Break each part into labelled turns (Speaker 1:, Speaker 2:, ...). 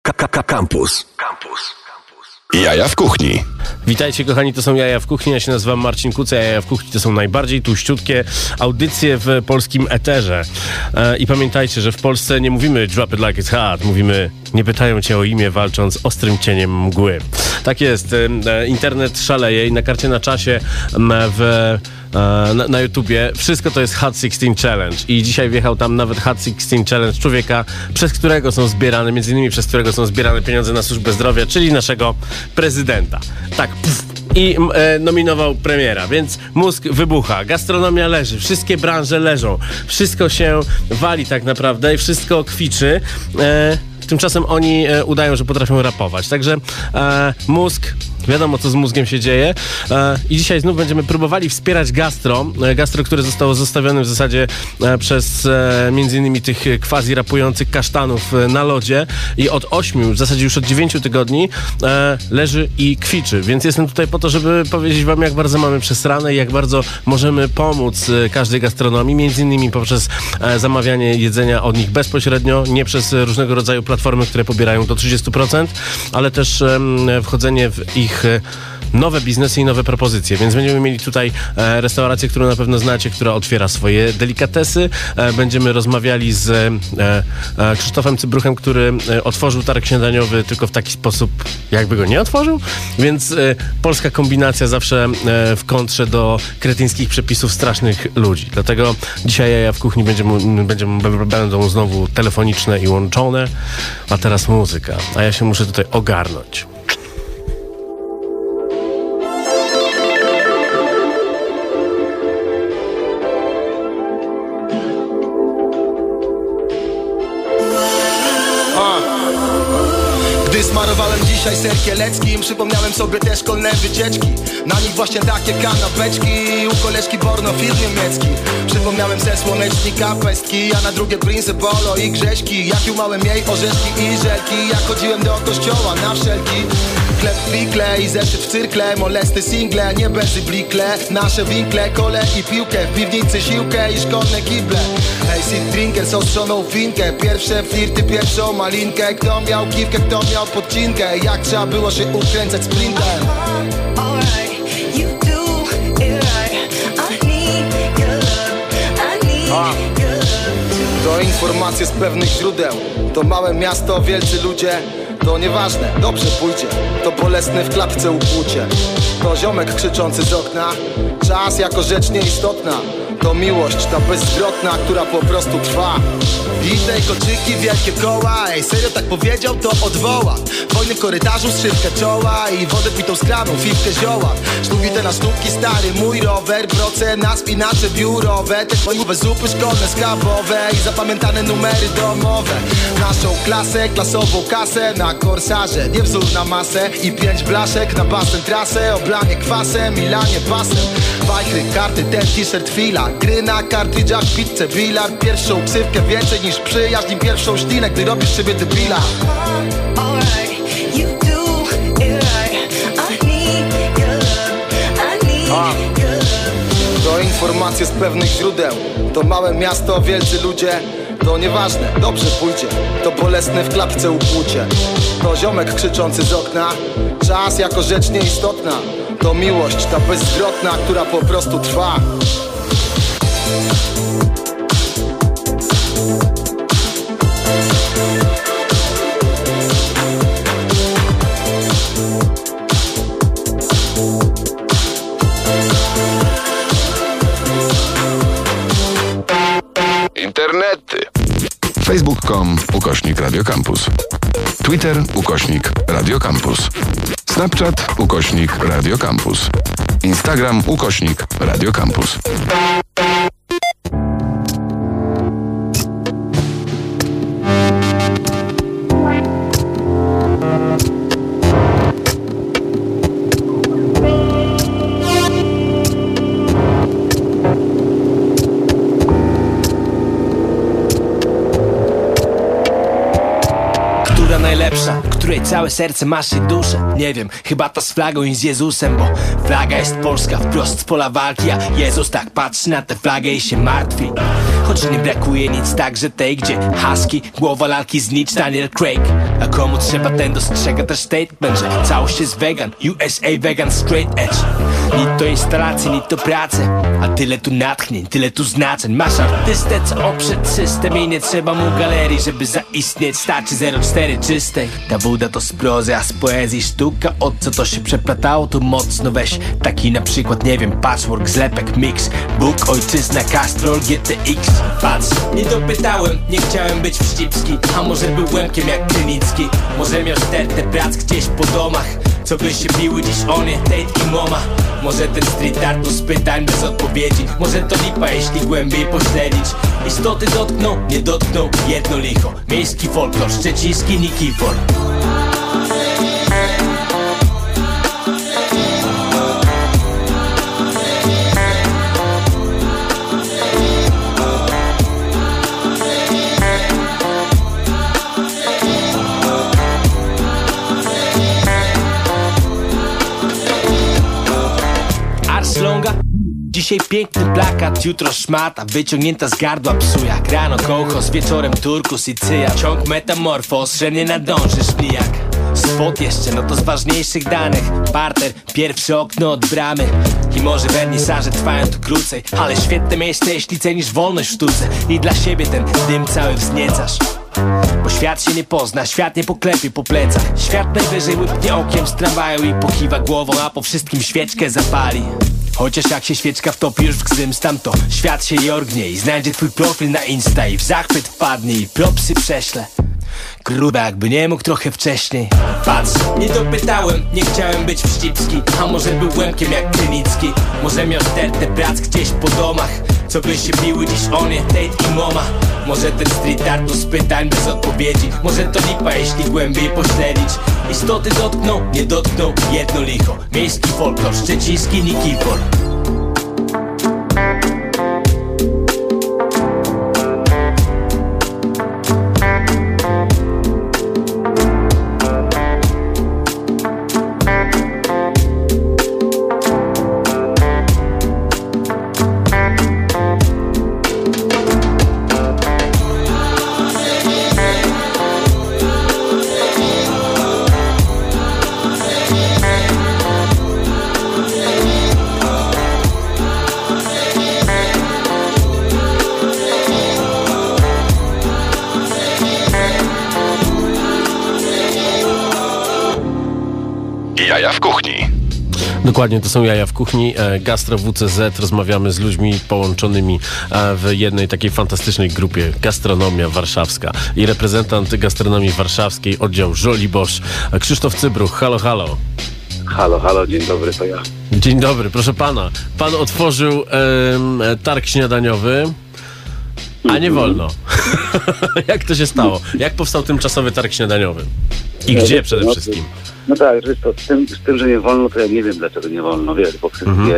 Speaker 1: Campus.
Speaker 2: Jaja w kuchni.
Speaker 3: Witajcie kochani, to są Jaja w kuchni, ja się nazywam Marcin Kuca. Jaja w kuchni to są najbardziej tłuściutkie audycje w polskim eterze. I pamiętajcie, że w Polsce nie mówimy drop it like it's hot, mówimy nie pytają cię o imię, walcząc ostrym cieniem mgły. Tak jest, internet szaleje i na karcie na czasie na YouTubie wszystko to jest Hot 16 Challenge i dzisiaj wjechał tam nawet Hot 16 Challenge człowieka, przez którego są zbierane, między innymi przez którego są zbierane pieniądze na służbę zdrowia, czyli naszego prezydenta. Tak, i nominował premiera, więc mózg wybucha, gastronomia leży, wszystkie branże leżą, wszystko się wali tak naprawdę i wszystko kwiczy. Tymczasem oni udają, że potrafią rapować. Także mózg, wiadomo co z mózgiem się dzieje. I dzisiaj znów będziemy próbowali wspierać gastro, które zostało zostawione w zasadzie przez między innymi tych quasi rapujących kasztanów na lodzie i od 8, w zasadzie już od 9 tygodni leży i kwiczy. Więc jestem tutaj po to, żeby powiedzieć wam, jak bardzo mamy przesrane i jak bardzo możemy pomóc każdej gastronomii, między innymi poprzez zamawianie jedzenia od nich bezpośrednio, nie przez różnego rodzaju platformy, które pobierają do 30%, ale też wchodzenie w ich nowe biznesy i nowe propozycje, więc będziemy mieli tutaj restaurację, którą na pewno znacie, która otwiera swoje delikatesy. Będziemy rozmawiali z Krzysztofem Cybruchem, który otworzył targ śniadaniowy tylko w taki sposób, jakby go nie otworzył, więc polska kombinacja zawsze w kontrze do kretyńskich przepisów strasznych ludzi. Dlatego dzisiaj Jaja w kuchni będą znowu telefoniczne i łączone, a teraz muzyka, a ja się muszę tutaj ogarnąć.
Speaker 4: Gdy smarowałem dzisiaj ser kieleckim, przypomniałem sobie te szkolne wycieczki. Na nich właśnie takie kanapeczki, u koleżki Borno film niemiecki. Przypomniałem se słonecznika, pestki, a na drugie Prince Polo i Grześki. Jak jumałem jej orzeszki i żelki, jak chodziłem do kościoła na wszelki. Chleb w pikle i zeszyt w cyrkle, molesty single, nie benzy blikle. Nasze winkle, kole i piłkę, w piwnicy siłkę i szkolne kible. Hej, sit drinker z ostrzoną finkę, pierwsze flirty, pierwszą malinkę. Kto miał kiwkę, kto miał podcinkę, jak trzeba było się ukręcać sprintem. To informacje z pewnych źródeł, to małe miasto, wielcy ludzie. To nieważne, dobrze pójdzie, to bolesne w klatce ukłucie. To ziomek krzyczący z okna, czas jako rzecz nieistotna. To miłość, ta bezzwrotna, która po prostu trwa. I tej koczyki, wielkie koła, ej, serio tak powiedział, to odwoła. Wojny w korytarzu, strzywkę czoła i wodę pitą z kranu, fifkę zioła. Szlugite na sztuki, stary mój rower, broce na spinacze biurowe. Te twoje zupy szkolne, skabowe i zapamiętane numery domowe. Naszą klasę, klasową kasę na korsarze, nie wzór na masę. I 5 blaszek na basen, trasę, oblanie kwasem i lanie pasem. Wajchry, karty, ten t-shirt, fila, gry na kartridżach, pizzę, bilar. Pierwszą ksywkę więcej niż przyjaźń i pierwszą ślinę, gdy robisz sobie debila. To informacje z pewnych źródeł, to małe miasto, wielcy ludzie. To nieważne, dobrze pójdzie, to bolesne w klatce ukłucie. To ziomek krzyczący z okna, czas jako rzecz nieistotna. To miłość, ta bezzwrotna, która po prostu trwa.
Speaker 2: Internety. Facebook.com/Radio Campus. Twitter /Radio Campus. Snapchat /Radio Campus. Instagram /Radio Campus.
Speaker 5: Najlepsza, której całe serce masz i duszę. Nie wiem, chyba ta z flagą i z Jezusem, bo flaga jest polska wprost z pola walki, a Jezus tak patrzy na tę flagę i się martwi. choć nie brakuje nic, także tej, gdzie husky, głowa lalki znicz Daniel Craig. A komu trzeba, ten dostrzega też statement, że całość jest vegan, USA vegan straight edge. Ni to instalacje, ni to prace, a tyle tu natchnień, tyle tu znaczeń. Masz artystę, co oprzeć system i nie trzeba mu galerii, żeby zaistnieć. Starczy 04 czystej. Ta woda to z prozy, a z poezji sztuka. Od co to się przeplatało, to mocno weź taki na przykład, nie wiem, patchwork, zlepek, mix, Bóg, ojczyzna, Castrol, GTX. Patrz, nie dopytałem, nie chciałem być wścibski, a może był łemkiem jak Krynicki. Może miał stertę prac gdzieś po domach, co by się biły dziś one, Tate i Moma. Może ten street art to z pytań bez odpowiedzi. Może to lipa, jeśli głębiej pośledzić. Istoty dotknął, nie dotknął, jedno licho. Miejski folklor, szczeciński Nikifor. Arslonga. Dzisiaj piękny plakat, jutro szmata wyciągnięta z gardła psu. Jak rano kołchos, wieczorem turkus i cyja. Ciąg metamorfos, że nie nadążysz nijak. Spot jeszcze, no to z ważniejszych danych. Parter, pierwsze okno od bramy. I może wernisaże trwają tu krócej, ale świetne miejsce, jeśli cenisz wolność w sztuce. I dla siebie ten dym cały wzniecasz. Bo świat się nie pozna, świat nie poklepie po plecach. Świat najwyżej łypnie okiem z tramwaju i pokiwa głową, a po wszystkim świeczkę zapali. Chociaż jak się świeczka wtopi już w gzyms, tam to świat się jorgnie i znajdzie twój profil na Insta i w zachwyt wpadnie i propsy prześle. Gruba, jakby nie mógł trochę wcześniej. Patrz, nie dopytałem, nie chciałem być wścibski, a może był łemkiem jak Krynicki. Może miał stertę prac gdzieś po domach, co by się biły dziś one, Tate i Moma. Może ten street art to z pytań bez odpowiedzi. Może to lipa, jeśli głębiej pośledzić. Istoty dotknął, nie dotknął, jedno licho. Miejski folklor, szczeciński Nikifor.
Speaker 2: Jaja w kuchni.
Speaker 3: Dokładnie, to są jaja w kuchni. Gastro WCZ. Rozmawiamy z ludźmi połączonymi w jednej takiej fantastycznej grupie. Gastronomia warszawska. I reprezentant gastronomii warszawskiej, oddział Żoliborz, Krzysztof Cybruch. Halo, halo.
Speaker 1: Halo, dzień dobry, to ja.
Speaker 3: Dzień dobry, proszę pana. Pan otworzył targ śniadaniowy, a nie wolno. Jak to się stało? Jak powstał tymczasowy targ śniadaniowy? I gdzie przede wszystkim?
Speaker 1: No tak, że to, z tym, że nie wolno, to ja nie wiem, dlaczego nie wolno, wiesz, bo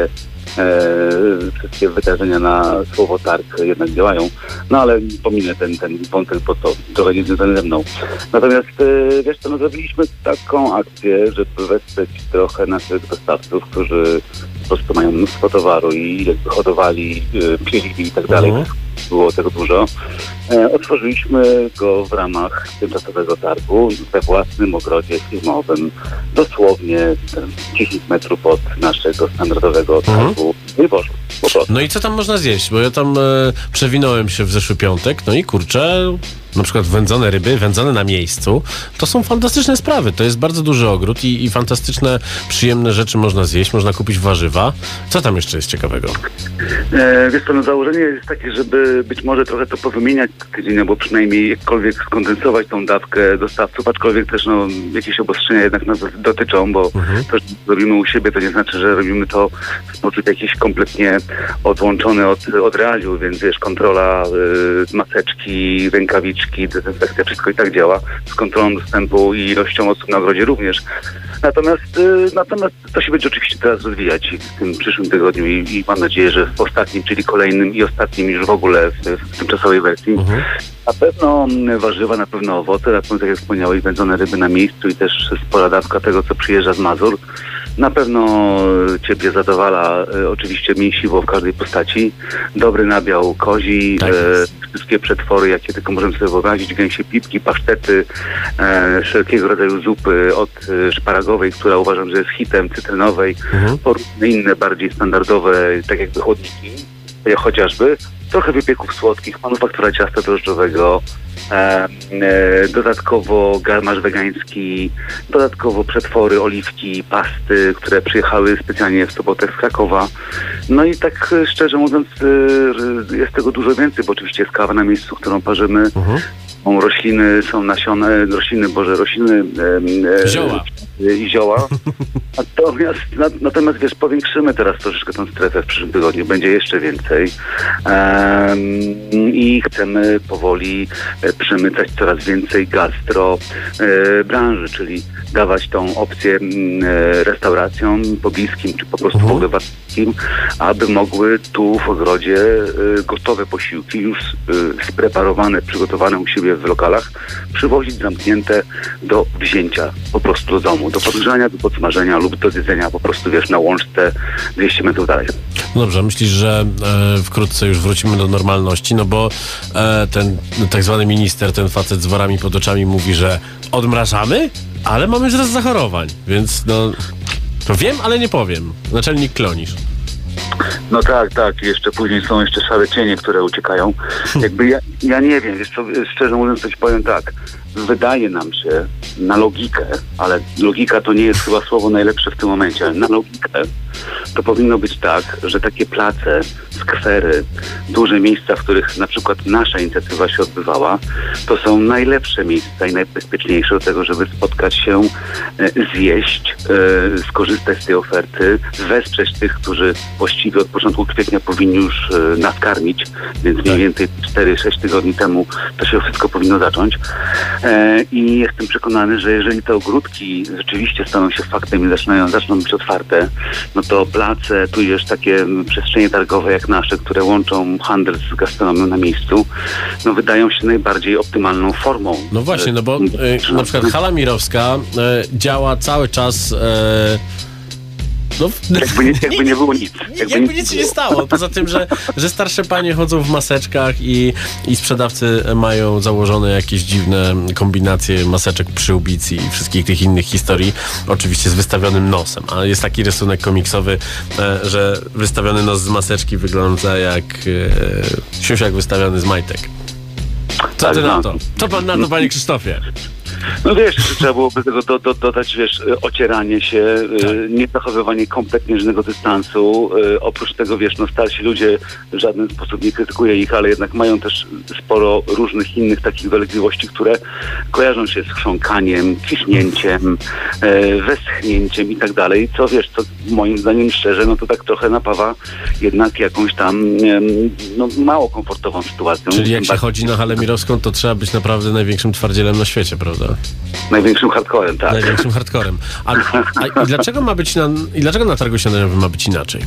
Speaker 1: wszystkie wydarzenia na słowo targ jednak działają, no ale pominę ten wątek, bo to trochę nie związane ze mną. Natomiast wiesz co, no zrobiliśmy taką akcję, żeby wesprzeć trochę naszych dostawców, którzy po prostu mają mnóstwo towaru i jakby hodowali, pielili i tak dalej. Było tego dużo. Otworzyliśmy go w ramach tymczasowego targu we własnym ogrodzie firmowym, dosłownie 10 metrów od naszego standardowego targu w Żoliborzu.
Speaker 3: No i co tam można zjeść? Bo ja tam przewinąłem się w zeszły piątek, no i kurczę, na przykład wędzone ryby, wędzone na miejscu, to są fantastyczne sprawy. To jest bardzo duży ogród i fantastyczne, przyjemne rzeczy można zjeść, można kupić warzywa. Co tam jeszcze jest ciekawego?
Speaker 1: Wiesz co, no założenie jest takie, żeby być może trochę to powymieniać tydzień, albo przynajmniej jakkolwiek skondensować tą dawkę dostawców, aczkolwiek też no, jakieś obostrzenia jednak nas dotyczą, bo to, że robimy u siebie, to nie znaczy, że robimy to w sposób jakiś kompletnie odłączony od realiów, więc wiesz, kontrola, maseczki, rękawiczki, dezynfekcja, wszystko i tak działa, z kontrolą dostępu i ilością osób na ogrodzie również. Natomiast to się będzie oczywiście teraz rozwijać w tym przyszłym tygodniu i mam nadzieję, że w ostatnim, czyli kolejnym i ostatnim już w ogóle w tymczasowej wersji. Na pewno warzywa, na pewno owoce, na pewno, tak jak wspomniałeś, wędzone ryby na miejscu i też spora dawka tego, co przyjeżdża z Mazur. Na pewno Ciebie zadowala oczywiście mięsiwo w każdej postaci. Dobry nabiał kozi,
Speaker 3: Tak jest.
Speaker 1: wszystkie przetwory, jakie tylko możemy sobie wyobrazić, gęsie pipki, pasztety, wszelkiego rodzaju zupy, od szparagowej, która uważam, że jest hitem, cytrynowej, po różne inne, bardziej standardowe, tak jakby chłodniki, chociażby. Trochę wypieków słodkich, manufaktura ciasta drożdżowego, dodatkowo garmasz wegański, dodatkowo przetwory, oliwki, pasty, które przyjechały specjalnie w sobotę z Krakowa. No i tak szczerze mówiąc jest tego dużo więcej, bo oczywiście jest kawa na miejscu, którą parzymy. Są rośliny, są nasiona, rośliny
Speaker 3: Zioła.
Speaker 1: I zioła. Natomiast wiesz, powiększymy teraz troszeczkę tą strefę w przyszłym tygodniu. Będzie jeszcze więcej. I chcemy powoli przemycać coraz więcej gastro branży, czyli dawać tą opcję restauracjom pobliskim, czy po prostu pogłębackim, aby mogły tu w ogrodzie gotowe posiłki, już spreparowane, przygotowane u siebie w lokalach, przywozić zamknięte do wzięcia po prostu do domu, do podgrzania, do podsmażenia lub do zjedzenia po prostu, wiesz, na łączce 200 metrów dalej.
Speaker 3: Dobrze, myślisz, że wkrótce już wrócimy do normalności, no bo ten tak zwany minister, ten facet z worami pod oczami mówi, że odmrażamy, ale mamy wzrost zachorowań, więc no wiem, ale nie powiem. Naczelnik Klonisz.
Speaker 1: No tak. Jeszcze później są jeszcze szare cienie, które uciekają. Jakby ja nie wiem, wiesz co, szczerze mówiąc coś powiem tak. Wydaje nam się na logikę, ale logika to nie jest chyba słowo najlepsze w tym momencie, ale na logikę to powinno być tak, że takie place, skwery, duże miejsca, w których na przykład nasza inicjatywa się odbywała, to są najlepsze miejsca i najbezpieczniejsze do tego, żeby spotkać się, zjeść, skorzystać z tej oferty, wesprzeć tych, którzy właściwie od początku kwietnia powinni już nas karmić, więc mniej więcej 4-6 tygodni temu to się wszystko powinno zacząć. I jestem przekonany, że jeżeli te ogródki rzeczywiście staną się faktem i zaczną być otwarte, no to place, tudzież takie przestrzenie targowe jak nasze, które łączą handel z gastronomią na miejscu, no wydają się najbardziej optymalną formą.
Speaker 3: No właśnie, no bo na przykład Hala Mirowska działa cały czas...
Speaker 1: Jakby nie było nic.
Speaker 3: Jakby nic się nie stało. Poza tym, że starsze panie chodzą w maseczkach i sprzedawcy mają założone jakieś dziwne kombinacje maseczek, przyłbic i wszystkich tych innych historii, oczywiście z wystawionym nosem. A jest taki rysunek komiksowy, że wystawiony nos z maseczki wygląda jak siusiak wystawiony z majtek. Co ty na to? Co pan na to, panie Krzysztofie?
Speaker 1: No wiesz, trzeba byłoby tego dodać, wiesz, ocieranie się, niezachowywanie kompletnie żadnego dystansu. Oprócz tego, wiesz, no starsi ludzie w żaden sposób nie krytykuję ich, ale jednak mają też sporo różnych innych takich dolegliwości, które kojarzą się z chrząkaniem, kichnięciem, westchnięciem i tak dalej. Co wiesz, co moim zdaniem szczerze, no to tak trochę napawa jednak jakąś tam no, mało komfortową sytuacją.
Speaker 3: Czyli jak się chodzi na Halę Mirowską, to trzeba być naprawdę największym twardzielem na świecie, prawda?
Speaker 1: Największym hardcorem, tak.
Speaker 3: Największym hardcorem. I dlaczego ma być dlaczego na targu śniadaniowym ma być inaczej?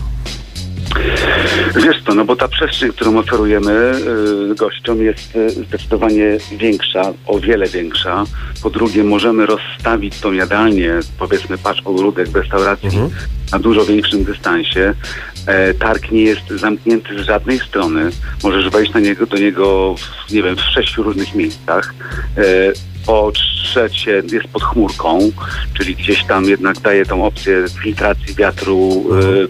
Speaker 1: Wiesz co, no bo ta przestrzeń, którą oferujemy gościom jest zdecydowanie większa, o wiele większa. Po drugie, możemy rozstawić tą jadalnię, powiedzmy patrz ogródek w restauracji na dużo większym dystansie. Targ nie jest zamknięty z żadnej strony. Możesz wejść do niego nie wiem, w 6 różnych miejscach. Po trzecie jest pod chmurką, czyli gdzieś tam jednak daje tą opcję filtracji wiatru,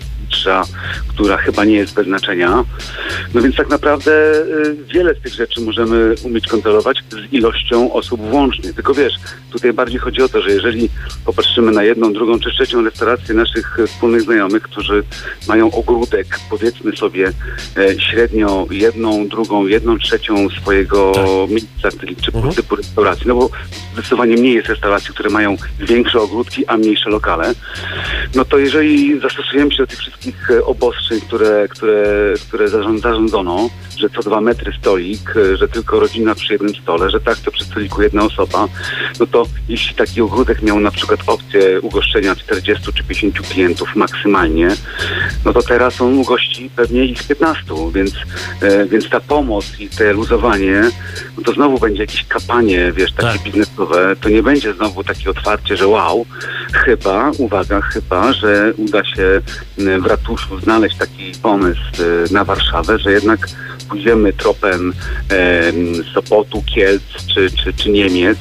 Speaker 1: która chyba nie jest bez znaczenia. No więc tak naprawdę wiele z tych rzeczy możemy umieć kontrolować z ilością osób włącznie. Tylko wiesz, tutaj bardziej chodzi o to, że jeżeli popatrzymy na jedną, drugą czy trzecią restaurację naszych wspólnych znajomych, którzy mają ogródek, powiedzmy sobie średnio jedną, drugą, jedną trzecią swojego miejsca, czy typu restauracji, no bo zdecydowanie mniej jest restauracji, które mają większe ogródki, a mniejsze lokale. No to jeżeli zastosujemy się do tych wszystkich wszystkich obostrzeń, które zarządzono, że co 2 metry stolik, że tylko rodzina przy jednym stole, że tak, to przy stoliku jedna osoba, no to jeśli taki ogródek miał na przykład opcję ugoszczenia 40 czy 50 klientów maksymalnie, no to teraz on ugości pewnie ich 15, więc ta pomoc i te luzowanie, no to znowu będzie jakieś kapanie, wiesz, takie biznesowe, to nie będzie znowu takie otwarcie, że wow, chyba, że uda się w ratuszu znaleźć taki pomysł na Warszawę, że jednak pójdziemy tropem Sopotu, Kielc czy Niemiec,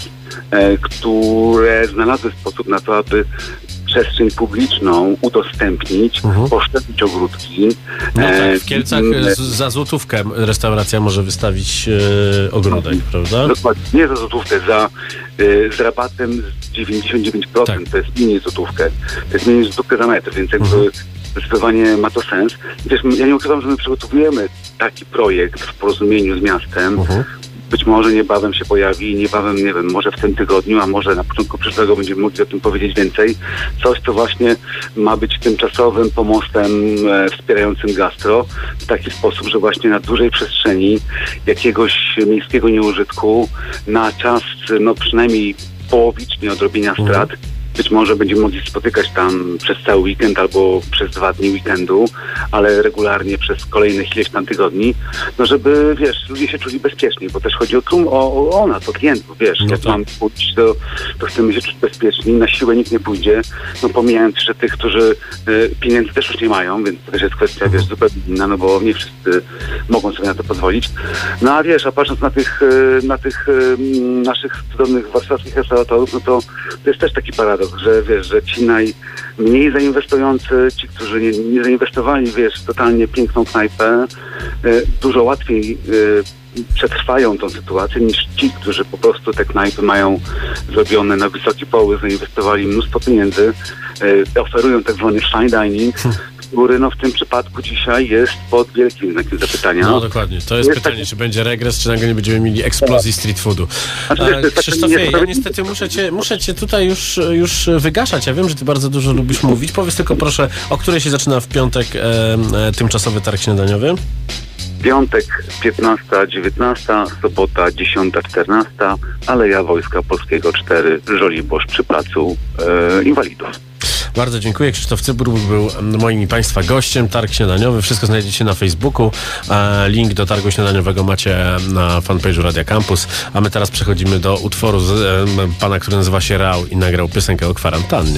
Speaker 1: które znalazły sposób na to, aby przestrzeń publiczną udostępnić, poszerzyć ogródki.
Speaker 3: No tak, w Kielcach za złotówkę restauracja może wystawić ogródek, prawda?
Speaker 1: Dokładnie, nie za złotówkę, z rabatem z 99%, tak. To jest mniej złotówkę. To jest mniej złotówkę za metr, więc jakby zdecydowanie ma to sens. Wiesz, ja nie ukrywam, że my przygotowujemy taki projekt w porozumieniu z miastem. Być może niebawem się pojawi, nie wiem, może w tym tygodniu, a może na początku przyszłego będziemy mogli o tym powiedzieć więcej. Coś, co właśnie ma być tymczasowym pomostem wspierającym gastro w taki sposób, że właśnie na dużej przestrzeni jakiegoś miejskiego nieużytku na czas, no przynajmniej połowicznie odrobienia strat, być może będziemy mogli spotykać tam przez cały weekend albo przez 2 dni weekendu, ale regularnie przez kolejnych ileś tam tygodni, no żeby, wiesz, ludzie się czuli bezpieczni, bo też chodzi o nas, o klientów, wiesz, no jak mam pójść, to chcemy się czuć bezpieczni, na siłę nikt nie pójdzie, no pomijając jeszcze tych, którzy pieniędzy też już nie mają, więc to też jest kwestia, wiesz, zupełnie inna, no bo nie wszyscy mogą sobie na to pozwolić. No a wiesz, a patrząc na tych naszych cudownych warszawskich restauratorów, no to jest też taki paradoks, że wiesz, że ci najmniej zainwestujący, ci, którzy nie zainwestowali, wiesz, w totalnie piękną knajpę, dużo łatwiej przetrwają tą sytuację niż ci, którzy po prostu te knajpy mają zrobione na wysoki poły, zainwestowali mnóstwo pieniędzy, oferują tak zwany fine dining, który no w tym przypadku dzisiaj jest pod wielkim znakiem zapytania.
Speaker 3: No dokładnie, to jest pytanie, czy będzie regres, czy nagle nie będziemy mieli eksplozji street foodu. Krzysztofie, ja niestety muszę cię tutaj już wygaszać. Ja wiem, że ty bardzo dużo lubisz mówić. Powiedz tylko proszę, o której się zaczyna w piątek tymczasowy targ śniadaniowy?
Speaker 1: Piątek 15-19, sobota 10-14, Aleja Wojska Polskiego 4, Żoliborz przy Placu Inwalidów.
Speaker 3: Bardzo dziękuję. Krzysztof Cybur był moim i Państwa gościem. Targ śniadaniowy. Wszystko znajdziecie na Facebooku. Link do targu śniadaniowego macie na fanpage'u Radia Campus. A my teraz przechodzimy do utworu pana, który nazywa się Rał i nagrał piosenkę o kwarantannie.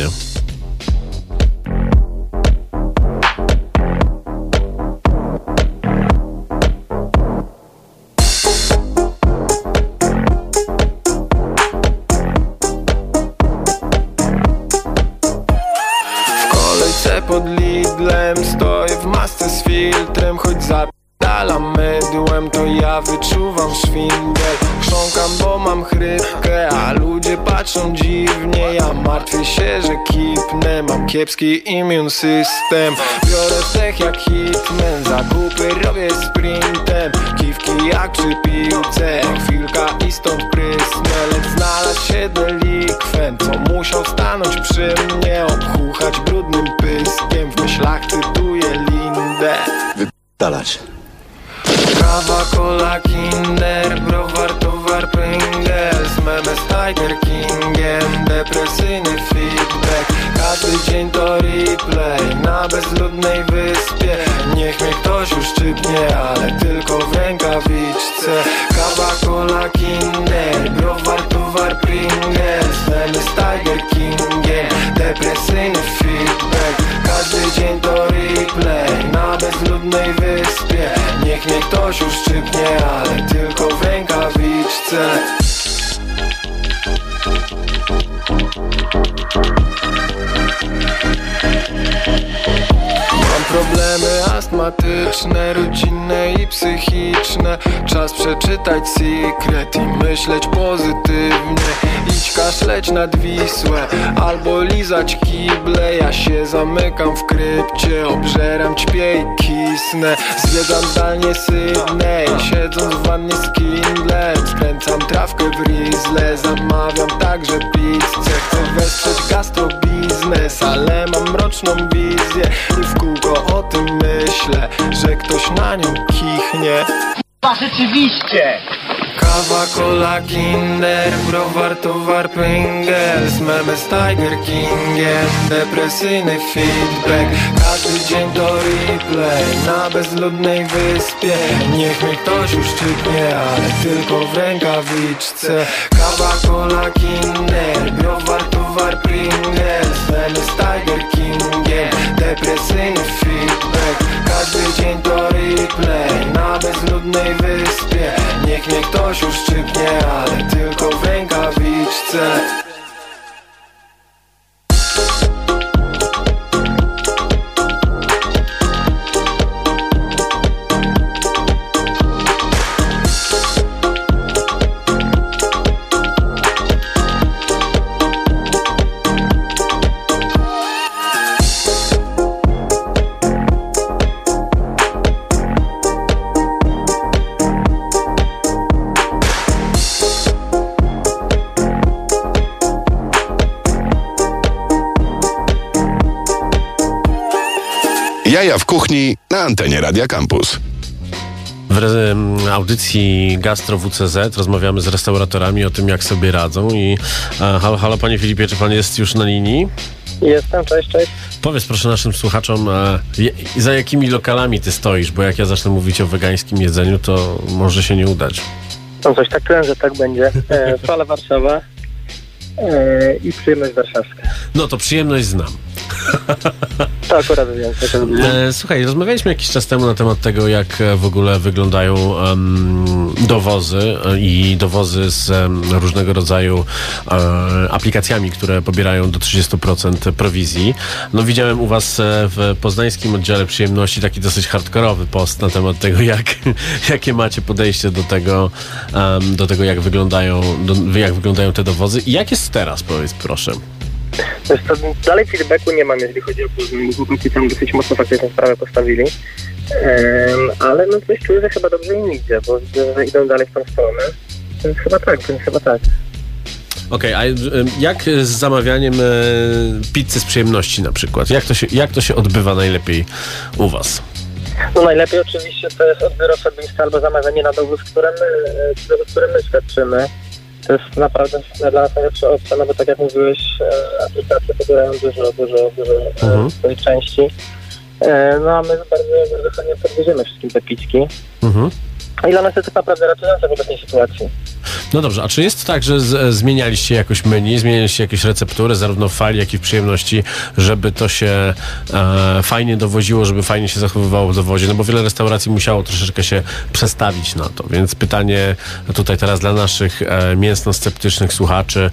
Speaker 6: Pod Lidlem stoję w masce z filtrem, choć zapierdala mydłem, to ja wyczuwam szwindel. Chrząkam, bo mam chrypkę, a ludzie patrzą dziwnie. Ja martwię się, że kipnę, mam kiepski immune system. Biorę wdech jak hitman, zakupy robię sprintem. Kiwki jak przy piłce, chwilka i stąd prysnę. Lecz znalazł się delikwent, co musiał stanąć przy mnie, obchuchać brudnym pyskiem. W myślach cytuję Lindę.
Speaker 7: Wypalać.
Speaker 6: Kawa, cola, Kinder, browar, towar, Pringles, meme z Tiger Kingiem, depresyjny feedback. Każdy dzień to replay na bezludnej wyspie. Niech mnie ktoś uszczypnie, ale tylko w rękawiczce. Kawa, cola, Kinder, browar, towar, Pringles, meme z Tiger Kingiem, depresyjny feedback. Każdy dzień to replay na bezludnej wyspie. Niech mnie ktoś uszczypnie, ale tylko w rękawiczce. Mam problemy astmatyczne, rodzinne i psychiczne. Czas przeczytać Secret i myśleć pozytywnie. Idź kaszleć nad Wisłę albo lizać kible. Ja się zamykam w krypcie, obżeram, ćpię i kisnę. Zwiedzam zdalnie Sydney, siedząc w wannie z Kindlem. Skręcam trawkę w Rizzle, zamawiam także pizzę. Chcę wesprzeć gastrobiznes, ale mam mroczną wizję i w kółko o tym myślę, że ktoś na nią kichnie.
Speaker 7: Rzeczywiście!
Speaker 6: Kawa, cola, Kinder, browar, towar, Pringles, memy z Tiger Kingiem, depresyjny feedback. Każdy dzień to replay na bezludnej wyspie. Niech mnie ktoś uszczypnie, ale tylko w rękawiczce. Kawa, cola, Kinder, browar, towar, Pringles, memy z Tiger Kingiem, depresyjny feedback. Każdy dzień to replay na bezludnej wyspie. Niech mnie ktoś uszczypnie, ale tylko w rękawiczce.
Speaker 2: Jaja w kuchni na antenie Radia Campus.
Speaker 3: W audycji Gastro WCZ rozmawiamy z restauratorami o tym, jak sobie radzą i halo panie Filipie, czy pan jest już na linii?
Speaker 8: Jestem, cześć.
Speaker 3: Powiedz proszę naszym słuchaczom, za jakimi lokalami ty stoisz, bo jak ja zacznę mówić o wegańskim jedzeniu, to może się nie udać.
Speaker 8: No coś tak czułem, że tak będzie. Fala Warszawa i przyjemność warszawska.
Speaker 3: No to przyjemność znam.
Speaker 8: To akurat wiem.
Speaker 3: Słuchaj, rozmawialiśmy jakiś czas temu na temat tego, jak w ogóle wyglądają dowozy i dowozy z różnego rodzaju aplikacjami, które pobierają do 30% prowizji. No widziałem u was w poznańskim oddziale przyjemności taki dosyć hardkorowy post na temat tego, jakie macie podejście do tego, jak wyglądają te dowozy. I jak jest teraz, powiedz proszę?
Speaker 8: Wiesz co, dalej feedbacku nie mam, jeżeli chodzi o Poznań, bo chłopaki tam dosyć mocno faktycznie sprawę postawili. Ale no coś czuję, że chyba dobrze im idzie, bo widzę, że idą dalej w tą stronę. Więc chyba tak.
Speaker 3: Okej, a jak z zamawianiem pizzy z przyjemności na przykład? Jak to się odbywa najlepiej u was?
Speaker 8: No najlepiej oczywiście to jest odbiór osobisty albo zamawianie na dowóz, które my świadczymy. To jest naprawdę dla nas najlepsza opcja, no bo tak jak mówiłeś, aplikacje pobierają dużo swojej części. No a my bardzo chętnie podwieziemy wszystkim te pićki. I dla nas jest to naprawdę ratujące w obecnej sytuacji.
Speaker 3: No dobrze, a czy jest tak, że zmienialiście jakoś menu, zmienialiście jakieś receptury, zarówno w fali, jak i w przyjemności, żeby to się fajnie dowoziło, żeby fajnie się zachowywało w dowozie? No bo wiele restauracji musiało troszeczkę się przestawić na to, więc pytanie tutaj teraz dla naszych mięsno-sceptycznych słuchaczy,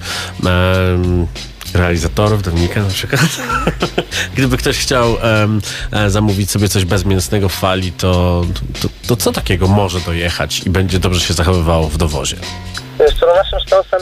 Speaker 3: realizatorów, Dominika na przykład. Gdyby ktoś chciał zamówić sobie coś bezmięsnego w fali, to co takiego może dojechać i będzie dobrze się zachowywało w dowozie?
Speaker 8: Jeszcze naszym sztosem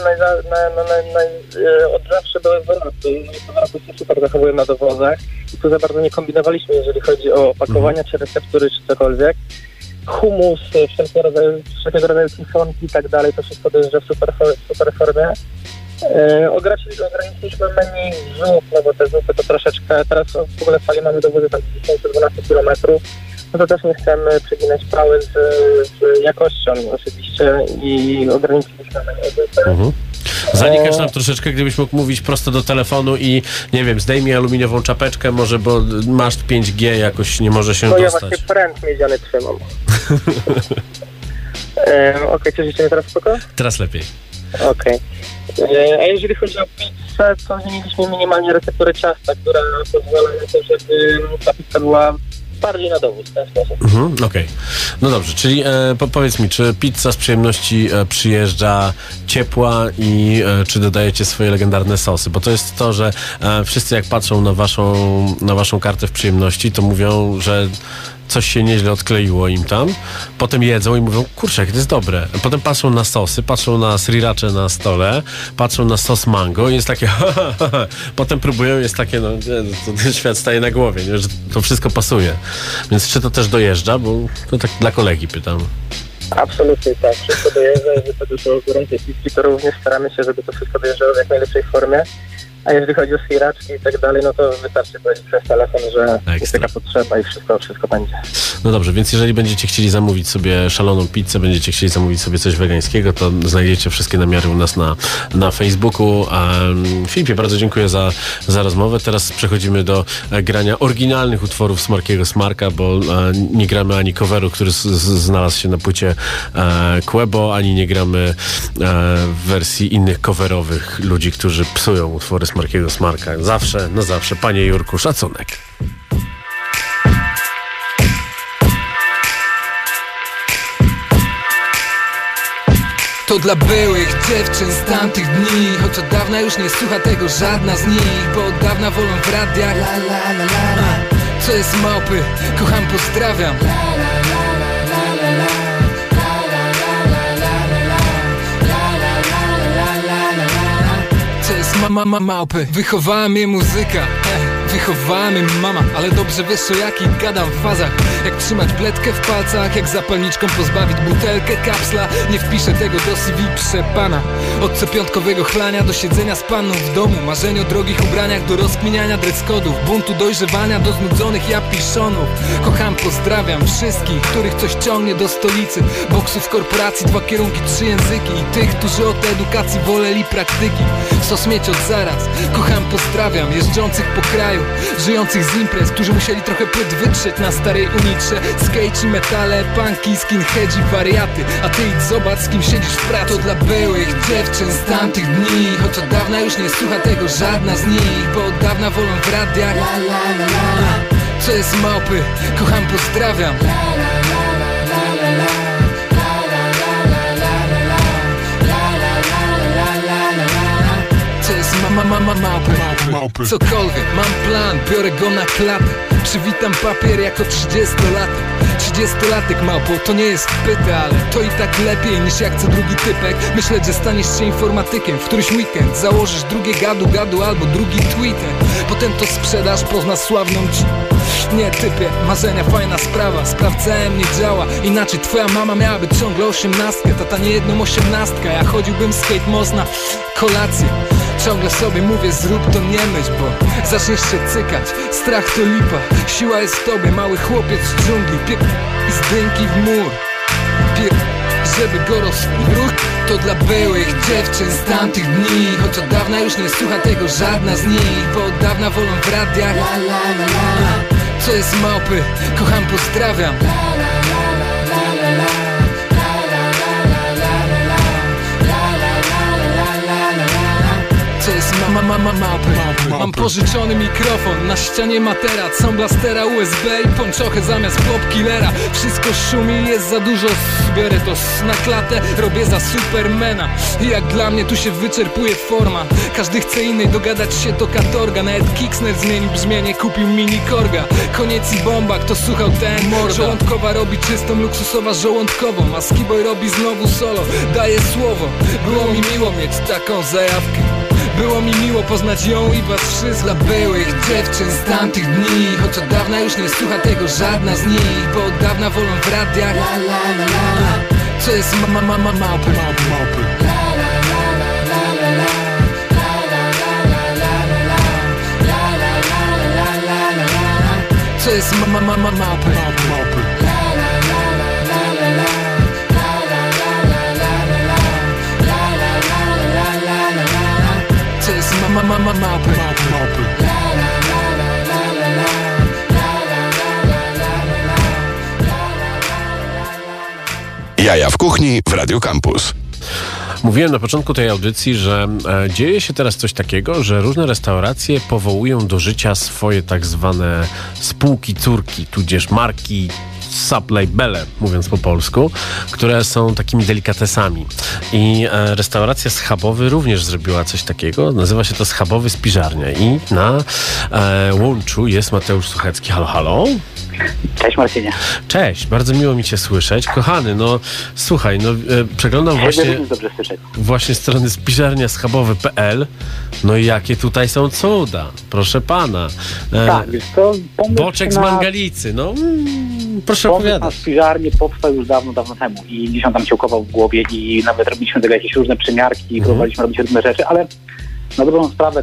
Speaker 8: od zawsze były wylapy. Wylapy się super zachowują na dowozach i tu za bardzo nie kombinowaliśmy, jeżeli chodzi o opakowania, czy receptury, czy cokolwiek. Humus, wszelkiego rodzaju kisonki i tak dalej, to wszystko dojeżdża w super formie. Ograniczyliśmy menu zup, no bo te zupy to troszeczkę, teraz w ogóle w fali mamy dowozy tam 10-12 km, no to też nie chcemy przeginać pały z jakością oczywiście i ograniczyliśmy menu zupy.
Speaker 3: Zanikasz nam troszeczkę, gdybyś mógł mówić prosto do telefonu i nie wiem, zdejmij aluminiową czapeczkę może, bo masz 5G, jakoś nie może się dostać.
Speaker 8: No ja właśnie pręt miedziany trzymam. Okej, cieszycie mnie teraz spoko?
Speaker 3: Teraz lepiej.
Speaker 8: Okej. A jeżeli chodzi o pizzę, to zmieniliśmy minimalnie recepturę ciasta, która pozwala na to, żeby ta pizza była bardziej na dowód w ten sposób.
Speaker 3: Okej. No dobrze, czyli powiedz mi, czy pizza z przyjemności przyjeżdża ciepła i czy dodajecie swoje legendarne sosy? Bo to jest to, że wszyscy jak patrzą na waszą kartę w przyjemności, to mówią, że coś się nieźle odkleiło im tam, potem jedzą i mówią, kurczę, jak to jest dobre. Potem patrzą na sosy, patrzą na sriracze na stole, patrzą na sos mango i jest takie potem próbują, jest takie, no to świat staje na głowie, nie? Że to wszystko pasuje. Więc czy to też dojeżdża? Bo to tak dla kolegi pytam.
Speaker 8: Absolutnie tak, wszystko dojeżdża, jeżeli to dużo gorącej pizzki, to również staramy się, żeby to wszystko dojeżdżało w jak najlepszej formie. A jeżeli chodzi o siraczki i tak dalej, no to wystarczy powiedzieć przez telefon, że jest taka potrzeba i wszystko będzie.
Speaker 3: No dobrze, więc jeżeli będziecie chcieli zamówić sobie szaloną pizzę, będziecie chcieli zamówić sobie coś wegańskiego, to znajdziecie wszystkie namiary u nas na Facebooku. Filipie, bardzo dziękuję za rozmowę. Teraz przechodzimy do grania oryginalnych utworów Smarkiego Smarka, bo nie gramy ani coveru, który znalazł się na płycie Quebo, ani nie gramy w wersji innych coverowych ludzi, którzy psują utwory Smarkiego Smarka. Zawsze, no zawsze, panie Jurku, szacunek.
Speaker 9: To dla byłych dziewczyn z tamtych dni, choć od dawna już nie słucha tego żadna z nich, bo od dawna wolą w radiach co jest małpy, kocham, pozdrawiam. Co jest małpy, wychowała mnie muzyka. Wychowała mnie mama, ale dobrze wiesz o jakich gadam fazach. Jak trzymać pletkę w palcach, jak zapalniczką pozbawić butelkę kapsla. Nie wpiszę tego do CV przepana. Od co piątkowego chlania do siedzenia z panną w domu. Marzeń o drogich ubraniach do rozkminiania dress-codów. Buntu dojrzewania do znudzonych japiszonów. Kocham, pozdrawiam wszystkich, których coś ciągnie do stolicy. Boksów korporacji, 2 kierunki, 3 języki. I tych, którzy od edukacji woleli praktyki. Sos mieć od zaraz. Kocham, pozdrawiam jeżdżących po kraju, żyjących z imprez, którzy musieli trochę płyt wytrzeć na starej unitrze. Skate i metale, punki, skinheadzi, wariaty. A ty idź zobacz, z kim siedzisz w pracy. To dla byłych dziewczyn z tamtych dni, choć od dawna już nie słucha tego żadna z nich, bo od dawna wolą w radiach co jest małpy, kocham, pozdrawiam. Co jest małpy. Cokolwiek, mam plan, biorę go na klatę. Przywitam papier jako 30-latek. 30-latek małpo, to nie jest pyta, ale to i tak lepiej niż jak co drugi typek. Myśleć, że staniesz się informatykiem w któryś weekend. Założysz drugie gadu albo drugi Twitter. Potem to sprzedaż, poznasz sławną ci. Nie typie, marzenia, fajna sprawa. Sprawdzałem, nie działa. Inaczej twoja mama miałaby ciągle 18, tata nie jedną 18. Ja chodziłbym skate most na kolację. Ciągle sobie mówię, zrób to, nie myśl, bo zaczniesz się cykać. Strach to lipa, siła jest w tobie. Mały chłopiec z dżungli, piek i z dynki w mur. Żeby go rozruch. To dla byłych dziewczyn z tamtych dni, choć od dawna już nie słucha tego żadna z nich, bo od dawna wolą w radiach co jest małpy, kocham, pozdrawiam. Co jest małpy. Mam pożyczony mikrofon, na ścianie materac, są blastera USB i pończochę zamiast popkillera. Wszystko szumi, jest za dużo, biorę to na klatę, robię za Supermana. I jak dla mnie tu się wyczerpuje forma. Każdy chce innej, dogadać się to katorga. Nawet Kicksner zmienił brzmienie, kupił mini korga. Koniec i bomba, kto słuchał ten morda. Żołądkowa robi czystą, luksusowa żołądkową, a Skiboy robi znowu solo. Daję słowo, było mi miło mieć taką zajawkę. Było mi miło poznać ją i was wszystkich. Dla byłych dziewczyn z tamtych dni, choć od dawna już nie słucha tego żadna z nich, bo od dawna wolą w radiach co jest małpy. Co jest małpy. Co jest małpy.
Speaker 2: Jaja w kuchni w Radio Campus.
Speaker 3: Mówiłem na początku tej audycji, że dzieje się teraz coś takiego, że różne restauracje powołują do życia swoje tak zwane spółki córki, tudzież marki, sublabele, mówiąc po polsku, które są takimi delikatesami. I restauracja Schabowy również zrobiła coś takiego. Nazywa się to Schabowy Spiżarnia. I na łączu jest Mateusz Suchecki. Halo, halo.
Speaker 10: Cześć Marcinie.
Speaker 3: Cześć, bardzo miło mi cię słyszeć. Kochany, no słuchaj, no przeglądam właśnie strony spiżarniaschabowy.pl. No i jakie tutaj są cuda, proszę pana.
Speaker 10: Tak, jest to
Speaker 3: boczek z Mangalicy, no proszę opowiadać.
Speaker 10: Na spiżarnię powstał już dawno temu i gdzieś on tam ciołkował w głowie i nawet robiliśmy tego jakieś różne przymiarki i próbowaliśmy robić różne rzeczy, ale na dobrą sprawę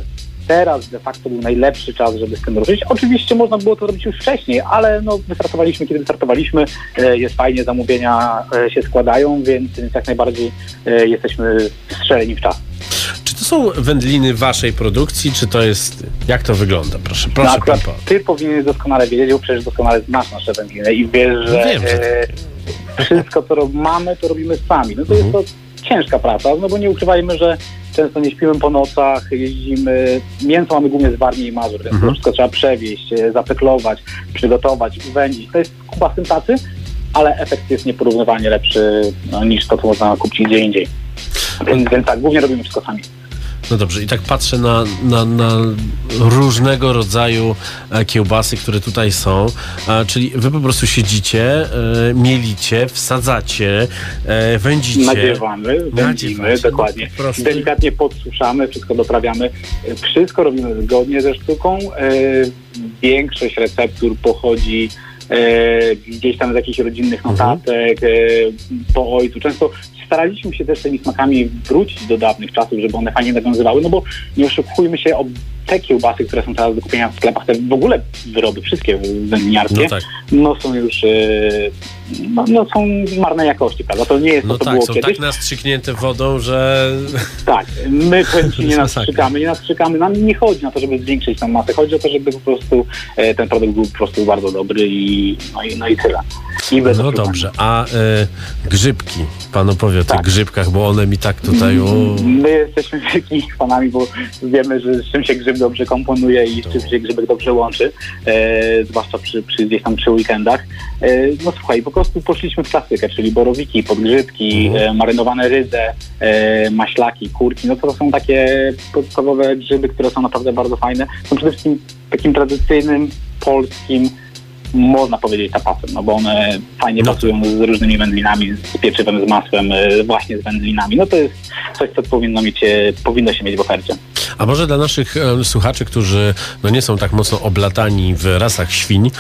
Speaker 10: teraz de facto był najlepszy czas, żeby z tym ruszyć. Oczywiście można było to robić już wcześniej, ale no wystartowaliśmy, kiedy wystartowaliśmy. Jest fajnie, zamówienia się składają, więc jak najbardziej jesteśmy strzeleni w czas.
Speaker 3: Czy to są wędliny waszej produkcji, czy to jest... Jak to wygląda? Proszę
Speaker 10: No,
Speaker 3: pan.
Speaker 10: ty powinieneś doskonale wiedzieć, bo przecież doskonale znasz nasze wędliny i wiesz, że
Speaker 3: Wiem, że
Speaker 10: wszystko, co mamy, to robimy sami. No to jest to ciężka praca, no bo nie ukrywajmy, że często nie śpimy po nocach, jeździmy, mięso mamy głównie z Warmii i Mazur, więc to wszystko trzeba przewieźć, zapeklować, przygotować, uwędzić. To jest kupa z tym pracy, ale efekt jest nieporównywalnie lepszy niż to, co można kupić gdzie indziej. Więc tak, głównie robimy wszystko sami.
Speaker 3: No dobrze, i tak patrzę na różnego rodzaju kiełbasy, które tutaj są, czyli wy po prostu siedzicie, mielicie, wsadzacie, wędzicie.
Speaker 10: Wędzimy, dokładnie. Delikatnie podsuszamy, wszystko doprawiamy. Wszystko robimy zgodnie ze sztuką. Większość receptur pochodzi gdzieś tam z jakichś rodzinnych notatek, po ojcu. Często staraliśmy się też tymi smakami wrócić do dawnych czasów, żeby one fajnie nawiązywały, no bo nie oszukujmy się, te kiełbasy, które są teraz do kupienia w sklepach, te w ogóle wyroby, wszystkie wędliniarskie, są już są marnej jakości, prawda? To nie jest to, co było
Speaker 3: są
Speaker 10: kiedyś.
Speaker 3: Tak nastrzyknięte wodą, że...
Speaker 10: Tak, my nie nastrzykamy, nam nie chodzi na to, żeby zwiększyć tą masę, chodzi o to, żeby po prostu ten produkt był po prostu bardzo dobry i tyle.
Speaker 3: No dobrze, a grzybki, pan opowie o tych grzybkach, bo one mi tak tutaj...
Speaker 10: My jesteśmy wielkimi fanami, bo wiemy, że z czym się grzyb dobrze komponuje i z czym się grzybek dobrze łączy, zwłaszcza gdzieś tam przy weekendach. No słuchaj, po prostu poszliśmy w klasykę, czyli borowiki, podgrzybki, marynowane rydze, maślaki, kurki. No to są takie podstawowe grzyby, które są naprawdę bardzo fajne. Są przede wszystkim takim tradycyjnym, polskim, można powiedzieć, tapasem, no bo one fajnie pasują z różnymi wędlinami, z pieczywem, z masłem, właśnie z wędlinami. No to jest coś, co powinno się mieć w ofercie.
Speaker 3: A może dla naszych słuchaczy, którzy nie są tak mocno oblatani w rasach świń,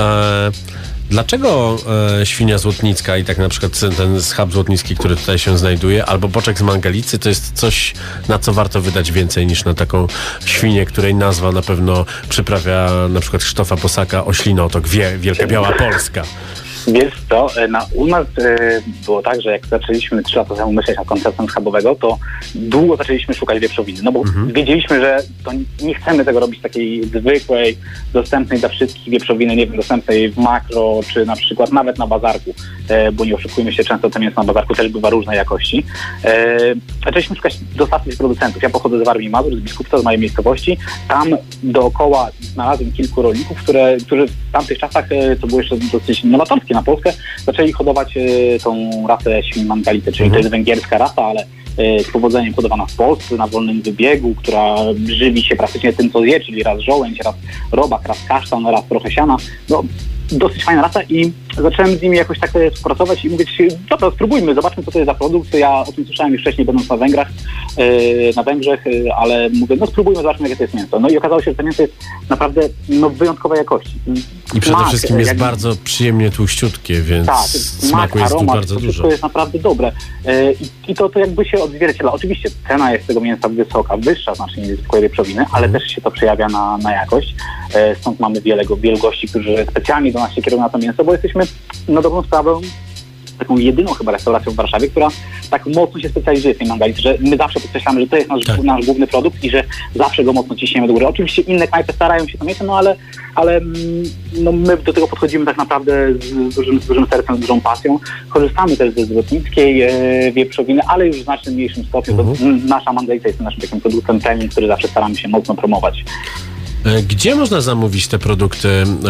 Speaker 3: dlaczego świnia złotnicka i tak na przykład ten schab złotnicki, który tutaj się znajduje, albo boczek z Mangalicy, to jest coś, na co warto wydać więcej niż na taką świnię, której nazwa na pewno przyprawia na przykład Krzysztofa Bosaka Oślinotok, Wielka Biała Polska.
Speaker 10: Wiesz co, u nas było tak, że jak zaczęliśmy 3 lata temu myśleć nad konceptem schabowego, to długo zaczęliśmy szukać wieprzowiny, no bo wiedzieliśmy, że to nie chcemy tego robić takiej zwykłej, dostępnej dla wszystkich wieprzowiny, nie wiem, dostępnej w makro, czy na przykład nawet na bazarku, bo nie oszukujmy się, często to mięso na bazarku też bywa różnej jakości. Zaczęliśmy szukać dostawców producentów. Ja pochodzę z Warmii i Mazur, z Biskupca, z mojej miejscowości. Tam dookoła znalazłem kilku rolników, którzy w tamtych czasach, co było jeszcze dosyć nowatorskie na Polskę, zaczęli hodować tą rasę świń Mangalicy, czyli to jest węgierska rasa, ale z powodzeniem hodowana w Polsce, na wolnym wybiegu, która żywi się praktycznie tym, co zje, czyli raz żołędź, raz robak, raz kasztan, raz trochę siana. No, dosyć fajna rasa i zacząłem z nimi jakoś tak współpracować i mówić, dobra, spróbujmy, zobaczmy, co to jest za produkt. Ja o tym słyszałem już wcześniej, będąc na Węgrzech, ale mówię, spróbujmy, zobaczmy, jakie to jest mięso. No i okazało się, że to mięso jest naprawdę wyjątkowej jakości.
Speaker 3: I przede wszystkim jest bardzo przyjemnie tłuściutkie, więc smaku jest tu bardzo dużo.
Speaker 10: To jest naprawdę dobre. I to jakby się odzwierciedla. Oczywiście cena jest tego mięsa wysoka, wyższa znacznie niż zwykłej wieprzowiny, ale też się to przejawia na jakość. Stąd mamy wielu gości, którzy specjalnie do nas się kierują na to mięso, bo jesteśmy na dobrą sprawę taką jedyną chyba restauracją w Warszawie, która tak mocno się specjalizuje w tej Mangalicy, że my zawsze podkreślamy, że to jest nasz główny produkt i że zawsze go mocno ciśniemy do góry. Oczywiście inne knajpy starają się to mieć, ale my do tego podchodzimy tak naprawdę z dużym sercem, z dużą pasją. Korzystamy też ze złotnickiej wieprzowiny, ale już w znacznie mniejszym stopniu. To nasza Mangalica jest naszym takim produktem premium, który zawsze staramy się mocno promować.
Speaker 3: Gdzie można zamówić te produkty?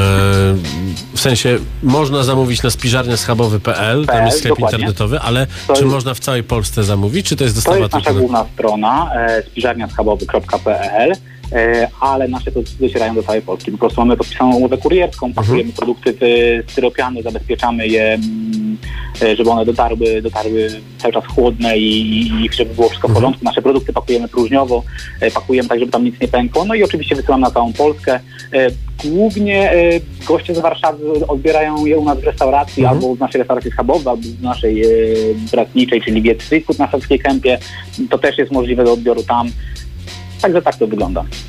Speaker 3: W sensie można zamówić na spiżarniaschabowy.pl, tam jest sklep internetowy, ale czy można w całej Polsce zamówić, czy to jest dostawa?
Speaker 10: To jest nasza główna strona, spiżarniaschabowy.pl, ale nasze produkty docierają do całej Polski. Po prostu mamy podpisaną umowę kurierską, pakujemy produkty w styropiany, zabezpieczamy je, żeby one dotarły cały czas chłodne i żeby było wszystko w porządku. Nasze produkty pakujemy próżniowo, pakujemy tak, żeby tam nic nie pękło. No i oczywiście wysyłamy na całą Polskę. Głównie goście z Warszawy odbierają je u nas w restauracji, albo w naszej restauracji schabowej, albo w naszej bratniczej, czyli Wiet Street Food na Saskiej Kępie. To też jest możliwe do odbioru tam. Także tak to wygląda.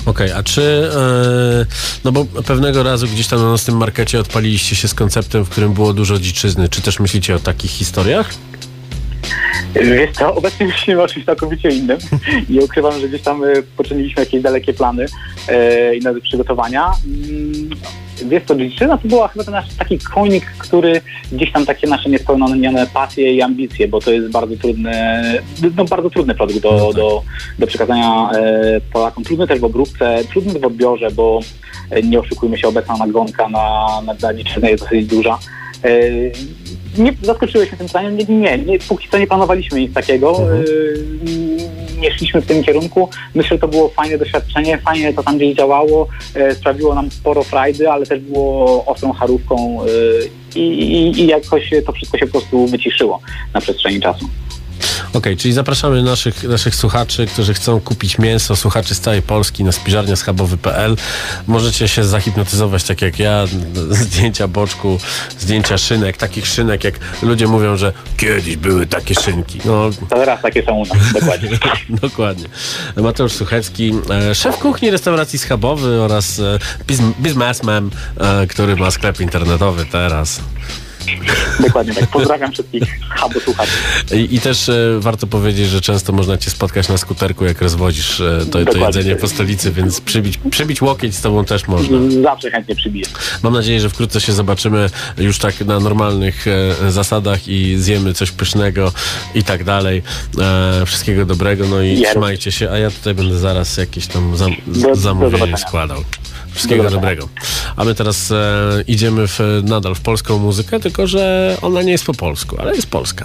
Speaker 3: Okej, a czy, no bo pewnego razu gdzieś tam na nocnym markecie odpaliliście się z konceptem, w którym było dużo dziczyzny. Czy też myślicie o takich historiach?
Speaker 10: Wiesz co, obecnie myślimy o czymś całkowicie innym i ukrywam, że gdzieś tam poczyniliśmy jakieś dalekie plany i nawet przygotowania. Wiesz co, dziczyzna to była chyba ten nasz taki konik, który gdzieś tam takie nasze niespełnione pasje i ambicje, bo to jest bardzo trudny produkt do przekazania Polakom. Trudny też w obróbce, trudny w odbiorze, bo nie oszukujmy się, obecna nagonka na dziczyznę jest dosyć duża. Nie zaskoczyłeś mnie tym pytaniem? Nie, póki co nie planowaliśmy nic takiego. Nie szliśmy w tym kierunku. Myślę, że to było fajne doświadczenie, fajnie to tam gdzieś działało, sprawiło nam sporo frajdy, ale też było ostrą charówką i jakoś to wszystko się po prostu wyciszyło na przestrzeni czasu.
Speaker 3: Okej, czyli zapraszamy naszych słuchaczy, którzy chcą kupić mięso, słuchaczy z całej Polski na spiżarniaschabowy.pl. Możecie się zahipnotyzować tak jak ja, zdjęcia boczku, zdjęcia szynek, takich szynek, jak ludzie mówią, że kiedyś były takie szynki. No,
Speaker 10: teraz takie są u nas, dokładnie.
Speaker 3: Dokładnie. Mateusz Suchecki, szef kuchni restauracji Schabowy oraz biznesmen, który ma sklep internetowy teraz.
Speaker 10: Dokładnie tak. Pozdrawiam wszystkich słuchaczy.
Speaker 3: I też warto powiedzieć, że często można cię spotkać na skuterku, jak rozwozisz to jedzenie po stolicy, więc przybić łokieć z tobą też można.
Speaker 10: Zawsze chętnie przybiję.
Speaker 3: Mam nadzieję, że wkrótce się zobaczymy już tak na normalnych zasadach i zjemy coś pysznego i tak dalej. Wszystkiego dobrego, no i trzymajcie się, a ja tutaj będę zaraz jakieś tam zamówienie składał. Wszystkiego dobrego. A my teraz idziemy nadal w polską muzykę, tylko że ona nie jest po polsku, ale jest polska.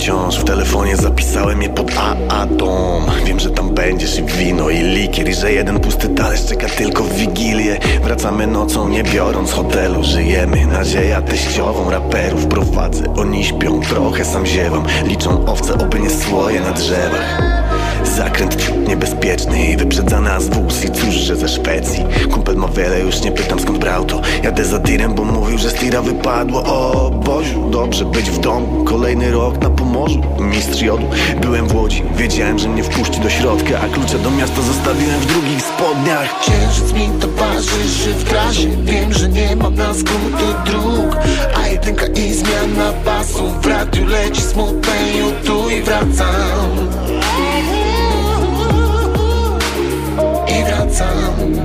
Speaker 11: wciąż. W telefonie zapisałem je pod dom. Wiem, że tam będziesz i wino i likier, i że jeden pusty talerz czeka tylko w Wigilię. Wracamy nocą, nie biorąc hotelu. Żyjemy, nadzieja teściową raperów prowadzę. Oni śpią, trochę sam ziewam. Liczą owce, oby nie słoje na drzewach. Zakręt ciut niebezpieczny i wyprzedza nas wóz. I cóż, że ze Szwecji kumpel ma wiele, już nie pytam skąd brał to. Jadę za tirem, bo mówił, że z tira wypadło. O Boziu, dobrze być w domu. Kolejny rok na Pomorzu, mistrz jodu. Byłem w Łodzi, wiedziałem, że mnie wpuści do środka, a klucze do miasta zostawiłem w drugich spodniach.
Speaker 12: Księżyc mi towarzyszy w trasie. Wiem, że nie mam na skróty dróg, a jedynka i zmiana pasów. W radiu leci smutne tu i wracam. I wracam.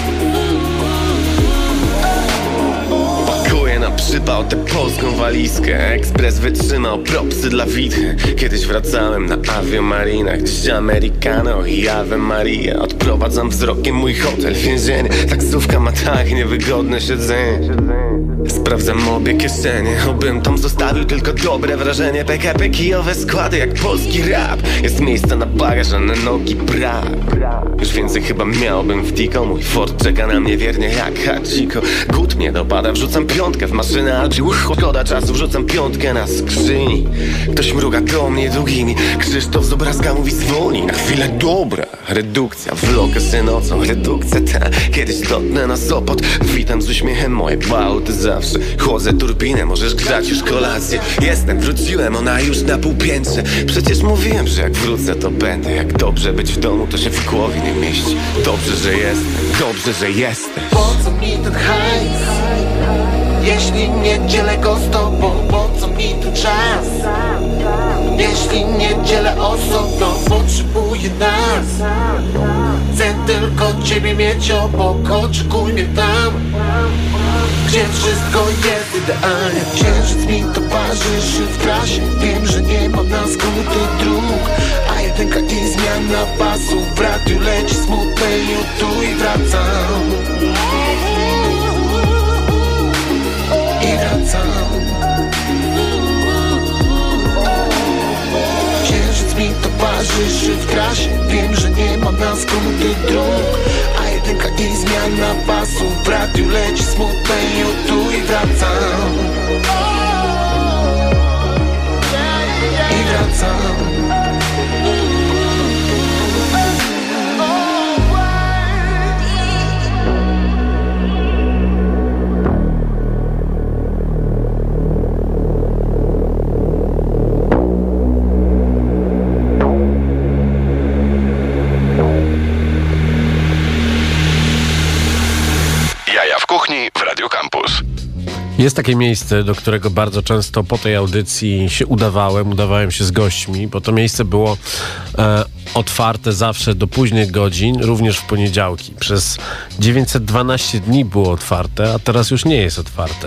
Speaker 13: Pakuję na przypał tę polską walizkę. Ekspres wytrzymał, propsy dla Witchy. Kiedyś wracałem na aviomarinach, dziś Americano i Ave Maria. Odprowadzam wzrokiem mój hotel, więzienie. Taksówka ma tak niewygodne siedzenie. Sprawdzam obie kieszenie, obym tam zostawił tylko dobre wrażenie. PKP kijowe składy jak polski rap. Jest miejsce na bagaż, a na nogi brak. Już więcej chyba miałbym w Tico. Mój Ford czeka na mnie wiernie jak Hachiko. Głód mnie dopada, wrzucam piątkę w maszynę albo szkoda czasu, wrzucam piątkę na skrzyni. Ktoś mruga do mnie długimi. Krzysztof z obrazka mówi zwolnij na chwilę, dobra. Redukcja, vlogę się nocą, redukcja ta. Kiedyś dotnę na Sopot. Witam z uśmiechem moje bałty zawsze. Chłodzę turbinę, możesz grzać już kolację. Jestem, wróciłem, ona już na półpiętrze. Przecież mówiłem, że jak wrócę to będę. Jak dobrze być w domu, to się w głowie nie mieści. Dobrze, że jestem, dobrze, że jestem.
Speaker 12: Po co mi ten hajs, jeśli nie dzielę go z tobą? Po co mi ten czas, jeśli nie dzielę osobno? Potrzebuję nas, chcę tylko ciebie mieć obok. Oczekuj mnie tam, gdzie wszystko jest idealnie. Księżyc mi towarzyszy w trasie. Wiem, że nie mam na skróty dróg, a jedynka i zmiana pasów. W radiu leci smutne tu i wracam. I wracam. Księżyc mi towarzyszy w trasie. Wiem, że nie mam na skróty dróg, a jedynka i zmiana pasów. W radiu leci smutne tu i wracam. I wracam.
Speaker 2: W Radiu Campus.
Speaker 3: Jest takie miejsce, do którego bardzo często po tej audycji się udawałem się z gośćmi, bo to miejsce było otwarte zawsze do późnych godzin, również w poniedziałki. Przez 912 dni było otwarte, a teraz już nie jest otwarte.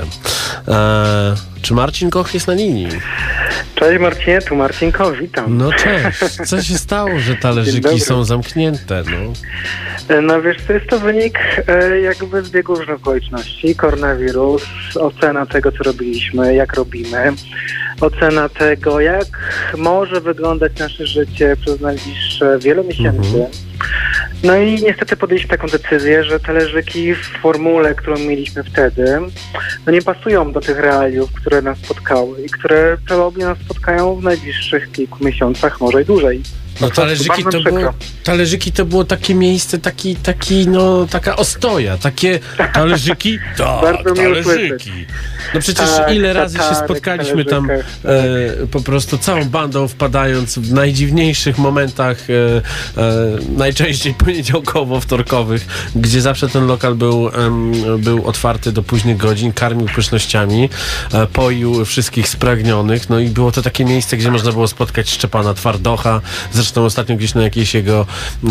Speaker 3: Czy Marcin Koch jest na linii?
Speaker 8: Cześć Marcinie, tu Marcin Koch, witam.
Speaker 3: No cześć, co się stało, że talerzyki są zamknięte?
Speaker 8: No wiesz, to jest to wynik jakby zbiegu różnych okoliczności. Koronawirus, ocena tego, co robiliśmy, jak robimy, ocena tego, jak może wyglądać nasze życie przez najbliższe wiele miesięcy. No i niestety podjęliśmy taką decyzję, że talerzyki w formule, którą mieliśmy wtedy, no nie pasują do tych realiów, które nas spotkały i które prawdopodobnie nas spotkają w najbliższych kilku miesiącach, może i dłużej.
Speaker 3: No talerzyki to było takie miejsce, taka ostoja, takie talerzyki, tak, talerzyki. No przecież ile razy się spotkaliśmy tam po prostu całą bandą, wpadając w najdziwniejszych momentach, najczęściej poniedziałkowo-wtorkowych, gdzie zawsze ten lokal był otwarty do późnych godzin, karmił pysznościami, poił wszystkich spragnionych, no i było to takie miejsce, gdzie można było spotkać Szczepana Twardocha. Zresztą ostatnio gdzieś na jakiejś jego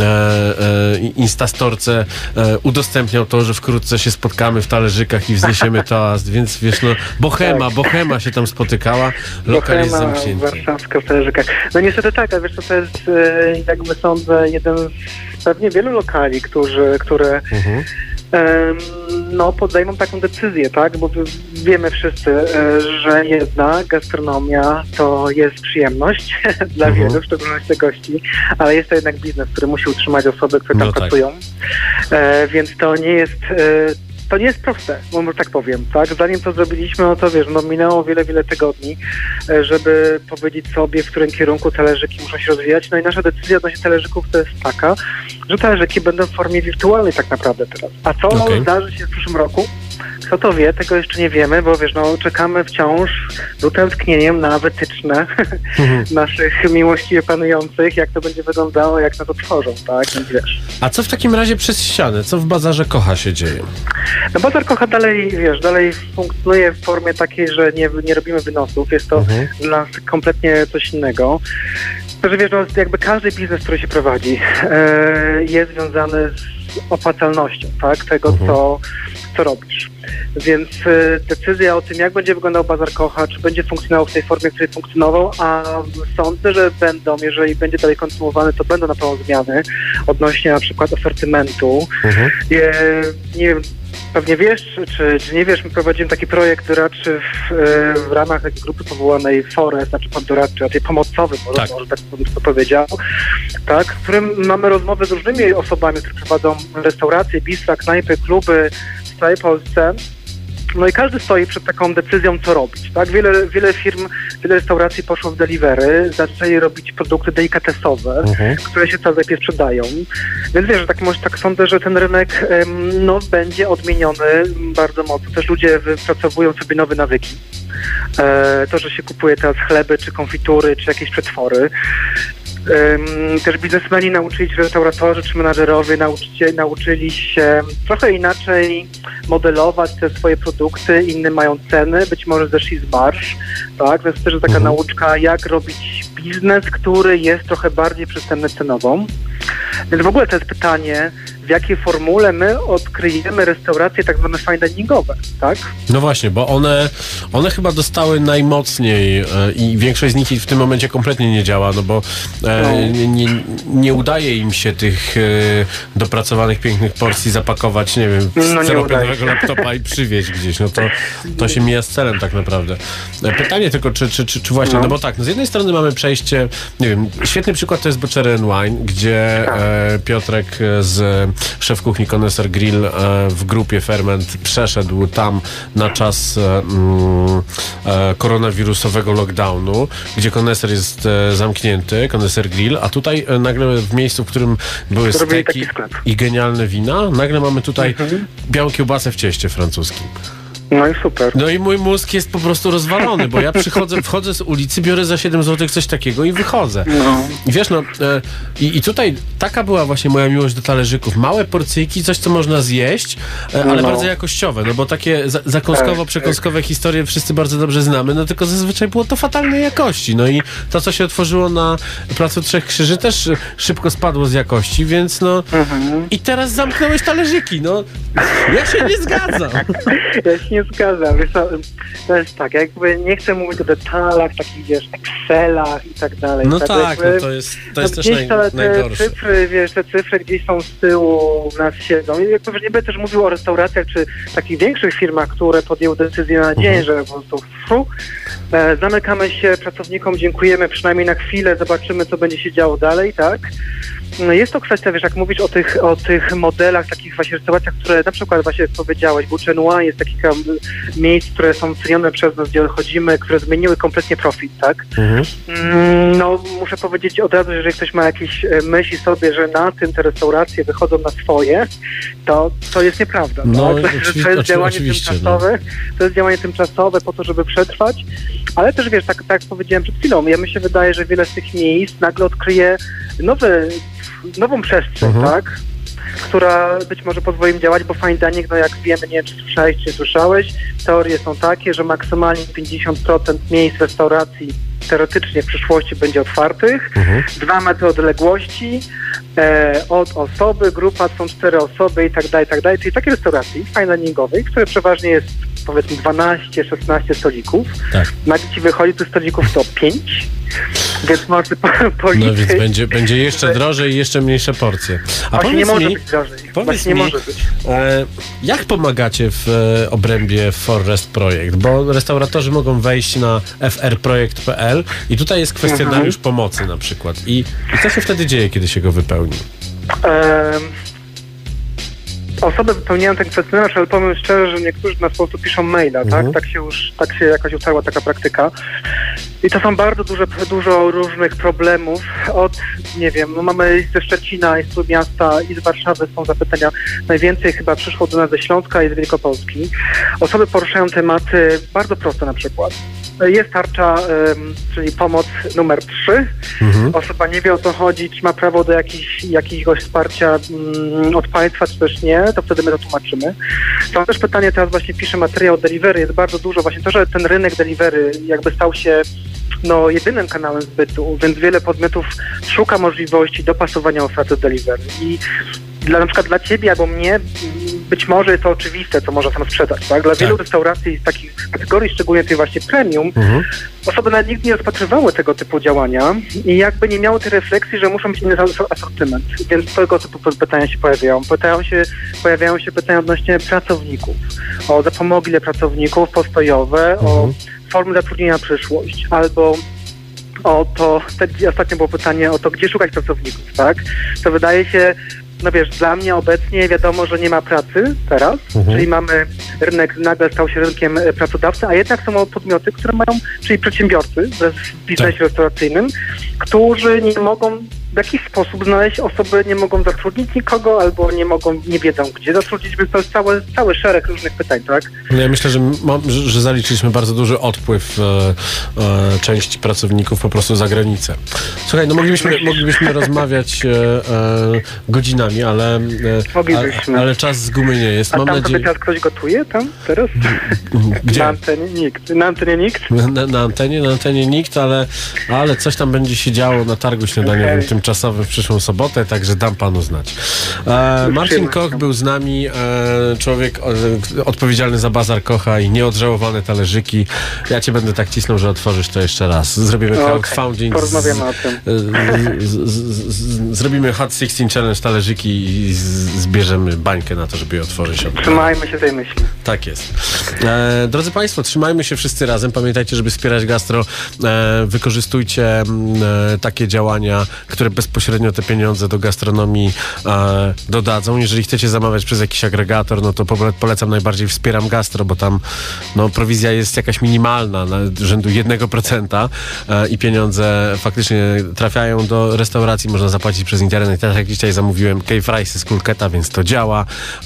Speaker 3: instastorce udostępniał to, że wkrótce się spotkamy w talerzykach i wzniesiemy toast, więc wiesz, no bohema się tam spotykała, lokal jest zamknięty.
Speaker 8: Warszawska w talerzykach. No niestety tak, a wiesz co, to jest jakby sądzę jeden z pewnie wielu lokali, które podejmą taką decyzję, tak? Bo wiemy wszyscy, że jednak gastronomia to jest przyjemność dla wielu, w szczególności gości, ale jest to jednak biznes, który musi utrzymać osoby, które tam pracują. Więc to nie jest proste, może tak powiem, tak? Zanim to zrobiliśmy, minęło wiele tygodni, żeby powiedzieć sobie, w którym kierunku talerzyki muszą się rozwijać. No i nasza decyzja odnośnie talerzyków to jest taka, że talerzyki będą w formie wirtualnej tak naprawdę teraz. A co zdarzy się w przyszłym roku? Kto to wie, tego jeszcze nie wiemy, bo czekamy wciąż z utęsknieniem na wytyczne naszych miłościwie panujących, jak to będzie wyglądało, jak na to tworzą, tak? Więc wiesz.
Speaker 3: A co w takim razie przez ścianę? Co w Bazarze Kocha się dzieje?
Speaker 8: No Bazar Kocha dalej funkcjonuje w formie takiej, że nie robimy wynosów. Jest to dla nas kompletnie coś innego. Że jakby każdy biznes, który się prowadzi, jest związany z opłacalnością, tak? Tego, co robisz. Więc decyzja o tym, jak będzie wyglądał Bazar Kocha, czy będzie funkcjonował w tej formie, w której funkcjonował, a sądzę, że jeżeli będzie dalej kontynuowany, to będą na pewno zmiany odnośnie na przykład asortymentu. Nie wiem, pewnie wiesz, czy nie wiesz, my prowadzimy taki projekt doradczy w ramach takiej grupy powołanej Forest, znaczy doradczy, raczej pomocowy, może tak bym to powiedział, tak, w którym mamy rozmowy z różnymi osobami, które prowadzą restauracje, bistra, knajpy, kluby w całej Polsce. No i każdy stoi przed taką decyzją, co robić, tak? Wiele firm, wiele restauracji poszło w delivery, zaczęli robić produkty delikatesowe, które się coraz lepiej sprzedają. Więc wiesz, że tak sądzę, że ten rynek będzie odmieniony bardzo mocno. Też ludzie wypracowują sobie nowe nawyki. To, że się kupuje teraz chleby, czy konfitury, czy jakieś przetwory. Też biznesmeni nauczyli się, restauratorzy czy menadżerowie nauczyli się trochę inaczej modelować te swoje produkty, inne mają ceny, być może zeszli z marż, tak? To jest też taka nauczka, jak robić biznes, który jest trochę bardziej przystępny cenowo. Więc w ogóle to jest pytanie, w jakiej formule my odkryjemy restauracje tak zwane fine diningowe, tak?
Speaker 3: No właśnie, bo one chyba dostały najmocniej i większość z nich w tym momencie kompletnie nie działa, no bo nie udaje im się tych dopracowanych, pięknych porcji zapakować, nie wiem, z celopenowego laptopa i przywieźć gdzieś, no to się mija z celem tak naprawdę. Pytanie tylko, czy właśnie, no bo tak, no z jednej strony mamy przejście, nie wiem, świetny przykład to jest Butcher & Wine, gdzie Piotrek z szef kuchni Connoisseur Grill w grupie Ferment przeszedł tam na czas koronawirusowego lockdownu, gdzie Connoisseur jest zamknięty, Connoisseur Grill, a tutaj nagle w miejscu, w którym były steki i genialne wina, nagle mamy tutaj białą kiełbasę w cieście francuskim.
Speaker 8: No i super.
Speaker 3: No i mój mózg jest po prostu rozwalony, bo ja wchodzę z ulicy, biorę za 7 zł coś takiego i wychodzę. No. I wiesz, i tutaj taka była właśnie moja miłość do talerzyków. Małe porcyjki, coś, co można zjeść, ale bardzo jakościowe, no bo takie zakąskowo-przekąskowe historie wszyscy bardzo dobrze znamy, no tylko zazwyczaj było to fatalnej jakości. No i to, co się otworzyło na Placu Trzech Krzyży, też szybko spadło z jakości, więc i teraz zamknąłeś talerzyki, no. Ja się nie zgadzam.
Speaker 8: Ja się nie zgadzam. Wiesz, to jest tak, jakby nie chcę mówić o detalach, takich, wiesz, Excelach i tak dalej.
Speaker 3: No tak, jakby, to jest też najgorsze.
Speaker 8: Te cyfry gdzieś są z tyłu, nas siedzą. I jakby nie będę też mówił o restauracjach, czy takich większych firmach, które podjęły decyzję na dzień, że po prostu zamykamy się pracownikom, dziękujemy przynajmniej na chwilę, zobaczymy, co będzie się działo dalej, tak? Jest to kwestia, wiesz, jak mówisz o tych modelach, takich właśnie restauracjach, które na przykład właśnie jak powiedziałeś, Butcher & Wine jest takich miejsc, które są cenione przez nas, gdzie chodzimy, które zmieniły kompletnie profit, tak? No, muszę powiedzieć od razu, że jeżeli ktoś ma jakieś myśli sobie, że na tym te restauracje wychodzą na swoje, to jest nieprawda.
Speaker 3: No,
Speaker 8: tak? To jest działanie tymczasowe, to jest działanie tymczasowe po to, żeby przetrwać, ale też wiesz, tak jak powiedziałem przed chwilą, mi się wydaje, że wiele z tych miejsc nagle odkryje nową przestrzeń, tak? Która być może pozwoli im działać, bo fine dining, no jak wiemy, nie wiem, czy słyszałeś, czy słyszałeś, teorie są takie, że maksymalnie 50% miejsc restauracji teoretycznie w przyszłości będzie otwartych, 2 metry odległości od osoby, grupa są 4 osoby i tak dalej, czyli takie restauracji fine diningowej, które przeważnie jest powiedzmy 12-16 stolików, nagle ci wychodzi tych stolików to 5, Więc może policzyć.
Speaker 3: No więc będzie jeszcze drożej i jeszcze mniejsze porcje. A
Speaker 8: Właśnie nie może
Speaker 3: mi,
Speaker 8: być drożej.
Speaker 3: Powiedz
Speaker 8: nie
Speaker 3: mi,
Speaker 8: może być.
Speaker 3: Jak pomagacie w obrębie Forest Projekt? Bo restauratorzy mogą wejść na frprojekt.pl i tutaj jest kwestionariusz pomocy na przykład. I co się wtedy dzieje, kiedy się go wypełni?
Speaker 8: Osoby wypełniają ten kwestionariusz, ale powiem szczerze, że niektórzy nas po prostu piszą maila, tak? Tak się jakoś ustała taka praktyka. I to są bardzo dużo różnych problemów. Nie wiem, mamy ze Szczecina, i z Trójmiasta, i z Warszawy są zapytania. Najwięcej chyba przyszło do nas ze Śląska i z Wielkopolski. Osoby poruszają tematy bardzo proste na przykład. Jest tarcza, czyli pomoc numer 3. Osoba nie wie, o co chodzi, czy ma prawo do jakiegoś wsparcia od państwa, czy też nie, to wtedy my to tłumaczymy. Są też pytanie, teraz właśnie piszę materiał delivery, jest bardzo dużo. Właśnie to, że ten rynek delivery jakby stał się jedynym kanałem zbytu, więc wiele podmiotów szuka możliwości dopasowania oferty delivery. I na przykład dla ciebie albo mnie być może jest to oczywiste, co można sam sprzedać, tak? Dla wielu restauracji z takich kategorii, szczególnie tej właśnie premium, osoby nawet nigdy nie rozpatrywały tego typu działania i jakby nie miały tej refleksji, że muszą mieć inny asortyment. Więc tego typu pytania się pojawiają. Pojawiają się pytania odnośnie pracowników, o zapomogi dla pracowników postojowe, o formy zatrudnienia na przyszłość, albo ostatnio było pytanie o to, gdzie szukać pracowników, tak? To wydaje się, dla mnie obecnie wiadomo, że nie ma pracy teraz, czyli mamy rynek, nagle stał się rynkiem pracodawcy, a jednak są podmioty, które mają, czyli przedsiębiorcy w biznesie restauracyjnym, którzy nie mogą w jakiś sposób znaleźć osoby, nie mogą zatrudnić nikogo, albo nie wiedzą, gdzie zatrudnić, więc to jest cały szereg różnych pytań, tak?
Speaker 3: Ja myślę, że zaliczyliśmy bardzo duży odpływ części pracowników po prostu za granicę. Słuchaj, moglibyśmy rozmawiać godzinami, ale czas z gumy nie jest.
Speaker 8: Mam nadzieję... teraz ktoś gotuje tam teraz?
Speaker 3: Gdzie?
Speaker 8: Na antenie nikt. Na antenie nikt?
Speaker 3: Na antenie nikt, ale coś tam będzie się działo na targu śniadaniowym tymczasowym w przyszłą sobotę, także dam panu znać. Marcin Koch był z nami, człowiek odpowiedzialny za Bazar Kocha i nieodżałowane talerzyki. Ja cię będę tak cisnął, że otworzysz to jeszcze raz. Zrobimy crowdfunding.
Speaker 8: Porozmawiamy o tym.
Speaker 3: Zrobimy Hot 16 Challenge talerzyki i zbierzemy bańkę na to, żeby je otworzyć.
Speaker 8: Trzymajmy się tej myśli.
Speaker 3: Tak jest. Drodzy Państwo, trzymajmy się wszyscy razem. Pamiętajcie, żeby wspierać gastro. Wykorzystujcie takie działania, które bezpośrednio te pieniądze do gastronomii dodadzą. Jeżeli chcecie zamawiać przez jakiś agregator, no to polecam najbardziej Wspieram Gastro, bo tam prowizja jest jakaś minimalna, rzędu 1% i pieniądze faktycznie trafiają do restauracji, można zapłacić przez internet. Tak jak dzisiaj zamówiłem K-Friesy z Kulketa, więc to działa.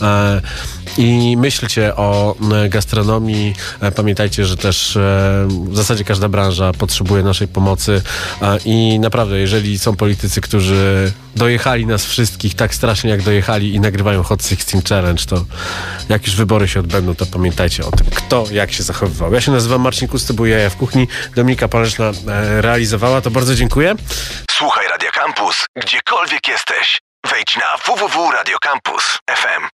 Speaker 3: I myślcie o gastronomii. Pamiętajcie, że też w zasadzie każda branża potrzebuje naszej pomocy i naprawdę, jeżeli są politycy, którzy dojechali nas wszystkich tak strasznie, jak dojechali i nagrywają Hot 16 Challenge, to jak już wybory się odbędą, to pamiętajcie o tym, kto jak się zachowywał. Ja się nazywam Marcin Kusty, był Jaja w kuchni. Dominika Paleczna realizowała. To bardzo dziękuję.
Speaker 2: Słuchaj Radia Campus, gdziekolwiek jesteś. Wejdź na www.radiocampus.fm.